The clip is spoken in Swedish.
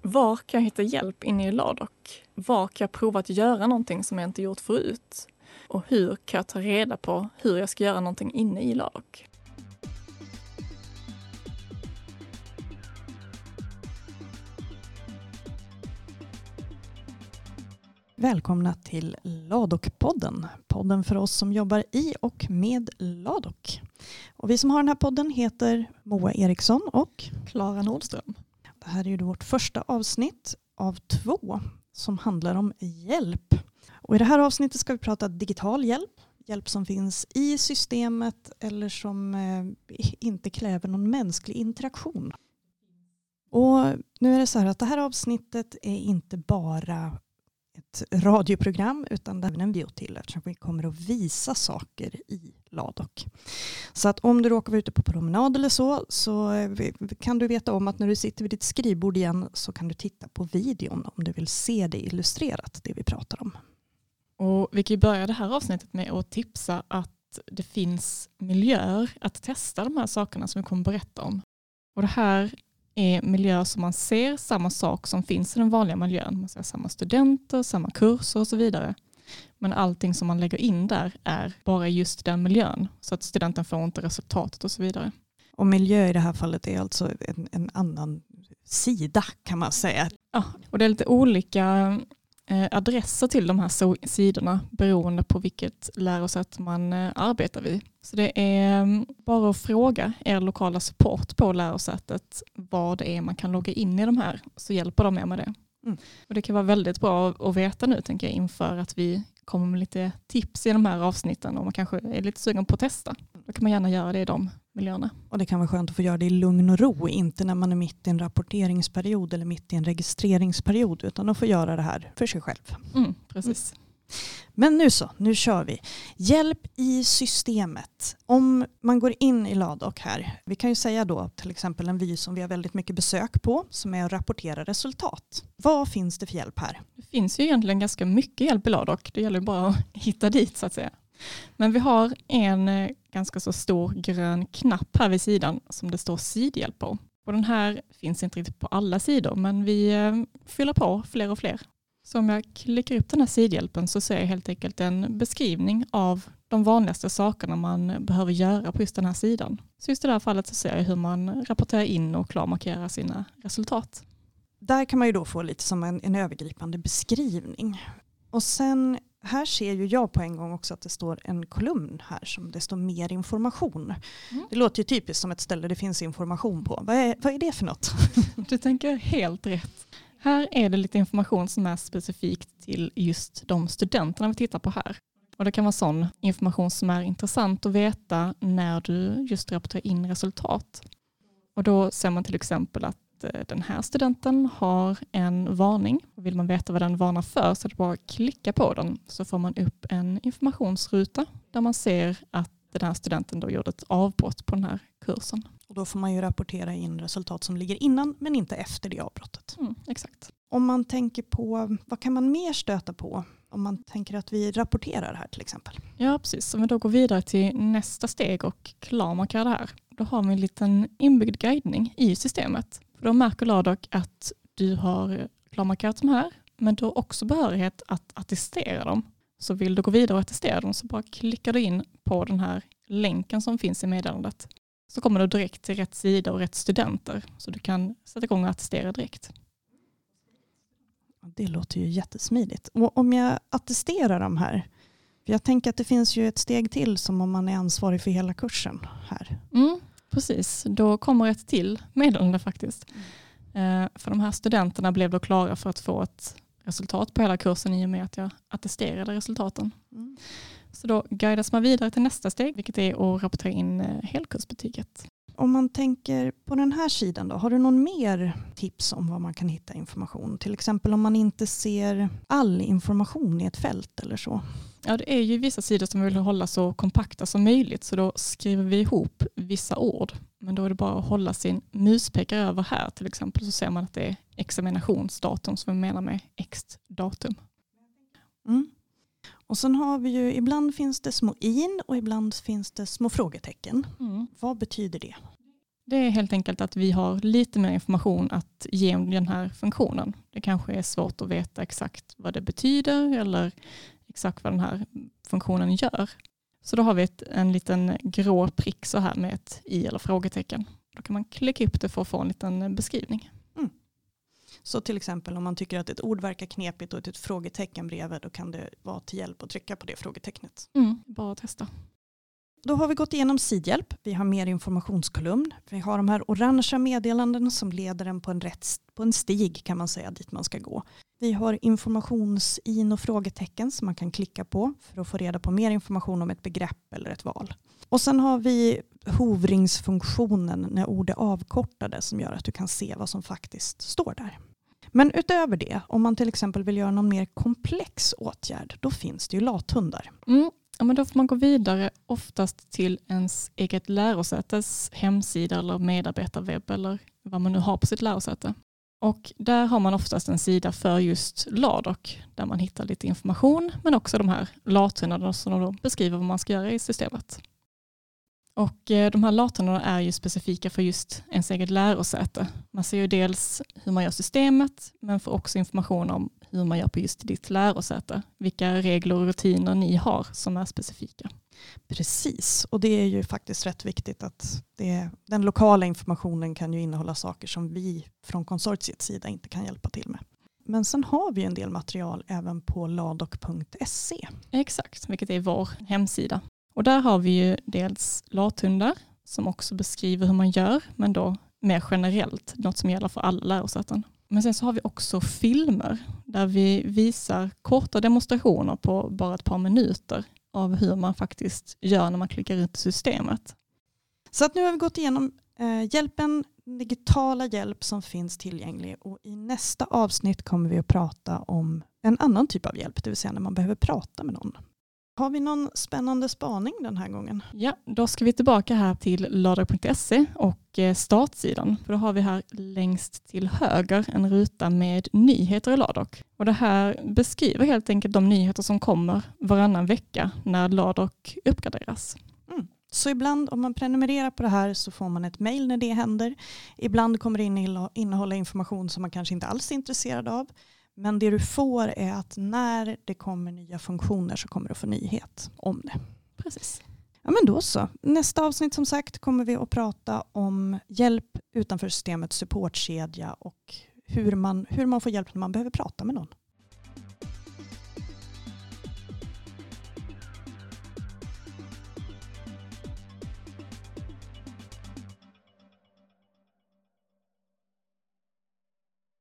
Var kan jag hitta hjälp inne i Laddoc? Var kan jag prova att göra någonting som jag inte gjort förut? Och hur kan jag ta reda på hur jag ska göra någonting inne i Laddoc? Välkomna till Laddoc-podden. Podden för oss som jobbar i och med Laddoc. Och vi som har den här podden heter Moa Eriksson och Klara Nordström. Det här är ju vårt första avsnitt av 2 som handlar om hjälp. Och i det här avsnittet ska vi prata digital hjälp. Hjälp som finns i systemet eller som inte kräver någon mänsklig interaktion. Och nu är det så här att det här avsnittet är inte bara ett radioprogram utan det är en video till eftersom vi kommer att visa saker i Laddoc. Så att om du råkar vara ute på promenad eller så kan du veta om att när du sitter vid ditt skrivbord igen så kan du titta på videon om du vill se det illustrerat, det vi pratar om. Och vi kan börja det här avsnittet med att tipsa att det finns miljöer att testa de här sakerna som vi kommer berätta om. Och det här är miljöer som man ser samma sak som finns i den vanliga miljön. Man ser samma studenter, samma kurser och så vidare. Men allting som man lägger in där är bara just den miljön. Så att studenten får inte resultatet och så vidare. Och miljö i det här fallet är alltså en annan sida kan man säga. Ja, och det är lite olika adresser till de här sidorna beroende på vilket lärosätt man arbetar vid. Så det är bara att fråga er lokala support på lärosätet vad det är man kan logga in i de här, så hjälper de er med det. Mm. Och det kan vara väldigt bra att veta nu tänker jag inför att vi kommer med lite tips i de här avsnitten och man kanske är lite sugen på att testa. Då kan man gärna göra det i de miljöerna. Och det kan vara skönt att få göra det i lugn och ro, inte när man är mitt i en rapporteringsperiod eller mitt i en registreringsperiod utan att få göra det här för sig själv. Precis. Men nu kör vi. Hjälp i systemet. Om man går in i Laddoc här, vi kan ju säga då till exempel en vy som vi har väldigt mycket besök på som är att rapportera resultat. Vad finns det för hjälp här? Det finns ju egentligen ganska mycket hjälp i Laddoc. Det gäller bara att hitta dit så att säga. Men vi har en ganska så stor grön knapp här vid sidan som det står sidhjälp på. Och den här finns inte riktigt på alla sidor men vi fyller på fler och fler. Så om jag klickar upp den här sidhjälpen så ser jag helt enkelt en beskrivning av de vanligaste sakerna man behöver göra på just den här sidan. Så just i det här fallet så ser jag hur man rapporterar in och klarmarkerar sina resultat. Där kan man ju då få lite som en övergripande beskrivning. Och sen här ser ju jag på en gång också att det står en kolumn här som det står mer information. Det låter ju typiskt som ett ställe det finns information på. Vad är det för något? Du tänker helt rätt. Här är det lite information som är specifikt till just de studenterna vi tittar på här. Och det kan vara sån information som är intressant att veta när du just rapporterar in resultat. Och då ser man till exempel att den här studenten har en varning. Och vill man veta vad den varnar för så är det bara att klicka på den så får man upp en informationsruta där man ser att den här studenten då gjorde ett avbrott på den här kursen. Och då får man ju rapportera in resultat som ligger innan men inte efter det avbrottet. Exakt. Om man tänker på, vad kan man mer stöta på om man tänker att vi rapporterar här till exempel? Ja, precis. Om vi då går vidare till nästa steg och klarmarkerar det här. Då har vi en liten inbyggd guidning i systemet. För då märker Laddoc att du har klarmarkerat de här men du har också behörighet att attestera dem. Så vill du gå vidare och attestera dem så bara klickar du in på den här länken som finns i meddelandet. Så kommer du direkt till rätt sida och rätt studenter. Så du kan sätta igång och attestera direkt. Det låter ju jättesmidigt. Och om jag attesterar de här, för jag tänker att det finns ju ett steg till som om man är ansvarig för hela kursen här. Precis, då kommer ett till meddelande faktiskt. För de här studenterna blev då klara för att få ett resultat på hela kursen i och med att jag attesterade resultaten. Så då guidas man vidare till nästa steg, vilket är att rapportera in helkursbetyget. Om man tänker på den här sidan då, har du någon mer tips om var man kan hitta information? Till exempel om man inte ser all information i ett fält eller så. Ja, det är ju vissa sidor som vi vill hålla så kompakta som möjligt så då skriver vi ihop vissa ord. Men då är det bara att hålla sin muspekare över här till exempel så ser man att det är examinationsdatum som vi menar med ext-datum. Och sen har vi ju, ibland finns det små in och ibland finns det små frågetecken. Vad betyder det? Det är helt enkelt att vi har lite mer information att ge om den här funktionen. Det kanske är svårt att veta exakt vad det betyder eller exakt vad den här funktionen gör. Så då har vi en liten grå prick så här med ett i eller frågetecken. Då kan man klicka upp det för att få en liten beskrivning. Så till exempel om man tycker att ett ord verkar knepigt och ett frågetecken bredvid, då kan det vara till hjälp att trycka på det frågetecknet. Bara att testa. Då har vi gått igenom sidhjälp. Vi har mer informationskolumn. Vi har de här orangea meddelanden som leder en på en stig kan man säga dit man ska gå. Vi har informationsin och frågetecken som man kan klicka på för att få reda på mer information om ett begrepp eller ett val. Och sen har vi hovringsfunktionen när ord är avkortade som gör att du kan se vad som faktiskt står där. Men utöver det, om man till exempel vill göra någon mer komplex åtgärd, då finns det ju lathundar. Ja, men då får man gå vidare oftast till ens eget lärosätes hemsida eller medarbetarwebb eller vad man nu har på sitt lärosäte. Och där har man oftast en sida för just LADOK där man hittar lite information men också de här lathundarna som då beskriver vad man ska göra i systemet. Och de här lathundarna är ju specifika för just ens eget lärosäte. Man ser ju dels hur man gör systemet men får också information om hur man gör på just ditt lärosäte. Vilka regler och rutiner ni har som är specifika. Precis, och det är ju faktiskt rätt viktigt att den lokala informationen kan ju innehålla saker som vi från konsortiets sida inte kan hjälpa till med. Men sen har vi en del material även på ladok.se. Exakt, vilket är vår hemsida. Och där har vi ju dels lathundar som också beskriver hur man gör, men då mer generellt, något som gäller för alla lärosäten. Men sen så har vi också filmer där vi visar korta demonstrationer på bara ett par minuter av hur man faktiskt gör när man klickar ut systemet. Så att nu har vi gått igenom hjälpen, digitala hjälp som finns tillgänglig, och i nästa avsnitt kommer vi att prata om en annan typ av hjälp, det vill säga när man behöver prata med någon. Har vi någon spännande spaning den här gången? Ja, då ska vi tillbaka här till ladok.se och startsidan. För då har vi här längst till höger en ruta med nyheter i Ladok. Och det här beskriver helt enkelt de nyheter som kommer varannan vecka när Ladok uppgraderas. Så ibland om man prenumererar på det här så får man ett mejl när det händer. Ibland kommer det innehålla information som man kanske inte alls är intresserad av. Men det du får är att när det kommer nya funktioner så kommer du få nyhet om det. Precis. Ja, men då så. Nästa avsnitt som sagt kommer vi att prata om hjälp utanför systemets supportkedja och hur man får hjälp när man behöver prata med någon.